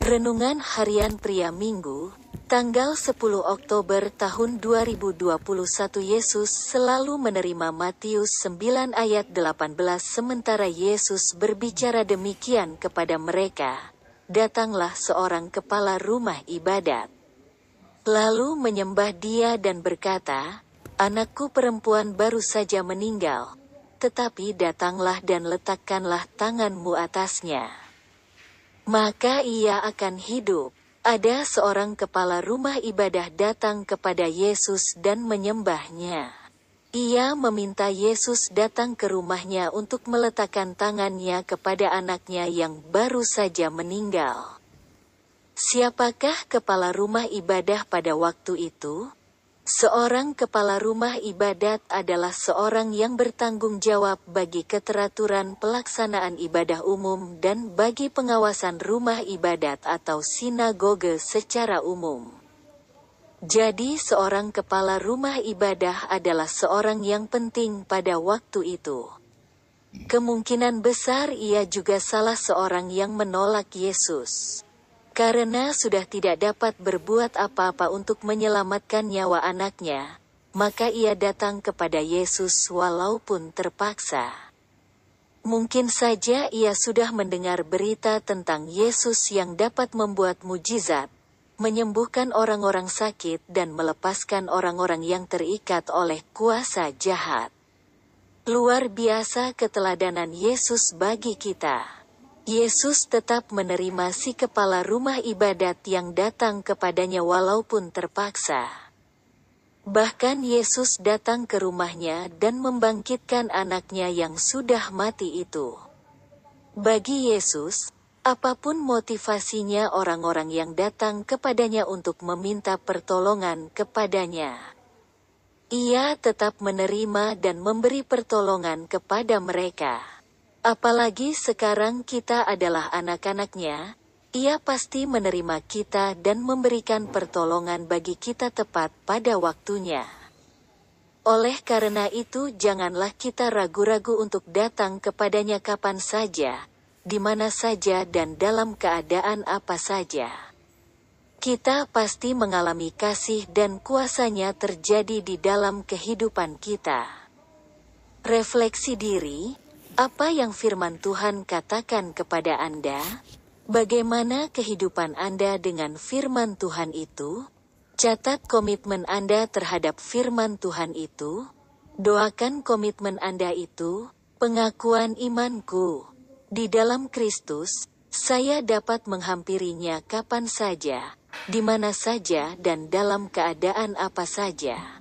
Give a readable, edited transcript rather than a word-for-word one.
Renungan Harian Pria Minggu, tanggal 10 Oktober tahun 2021. Yesus selalu menerima Matius 9 ayat 18. Sementara Yesus berbicara demikian kepada mereka, datanglah seorang kepala rumah ibadat. Lalu menyembah dia dan berkata, anakku perempuan baru saja meninggal, tetapi datanglah dan letakkanlah tanganmu atasnya. Maka ia akan hidup. Ada seorang kepala rumah ibadah datang kepada Yesus dan menyembahnya. Ia meminta Yesus datang ke rumahnya untuk meletakkan tangannya kepada anaknya yang baru saja meninggal. Siapakah kepala rumah ibadah pada waktu itu? Seorang kepala rumah ibadat adalah seorang yang bertanggung jawab bagi keteraturan pelaksanaan ibadah umum dan bagi pengawasan rumah ibadat atau sinagoge secara umum. Jadi seorang kepala rumah ibadah adalah seorang yang penting pada waktu itu. Kemungkinan besar ia juga salah seorang yang menolak Yesus. Karena sudah tidak dapat berbuat apa-apa untuk menyelamatkan nyawa anaknya, maka ia datang kepada Yesus walaupun terpaksa. Mungkin saja ia sudah mendengar berita tentang Yesus yang dapat membuat mujizat, menyembuhkan orang-orang sakit dan melepaskan orang-orang yang terikat oleh kuasa jahat. Luar biasa keteladanan Yesus bagi kita. Yesus tetap menerima si kepala rumah ibadat yang datang kepadanya walaupun terpaksa. Bahkan Yesus datang ke rumahnya dan membangkitkan anaknya yang sudah mati itu. Bagi Yesus, apapun motivasinya orang-orang yang datang kepadanya untuk meminta pertolongan kepadanya, ia tetap menerima dan memberi pertolongan kepada mereka. Apalagi sekarang kita adalah anak-anaknya, ia pasti menerima kita dan memberikan pertolongan bagi kita tepat pada waktunya. Oleh karena itu janganlah kita ragu-ragu untuk datang kepadanya kapan saja, di mana saja dan dalam keadaan apa saja. Kita pasti mengalami kasih dan kuasanya terjadi di dalam kehidupan kita. Refleksi diri. Apa yang firman Tuhan katakan kepada Anda? Bagaimana kehidupan Anda dengan firman Tuhan itu? Catat komitmen Anda terhadap firman Tuhan itu. Doakan komitmen Anda itu. Pengakuan imanku. Di dalam Kristus, saya dapat menghampirinya kapan saja, di mana saja dan dalam keadaan apa saja.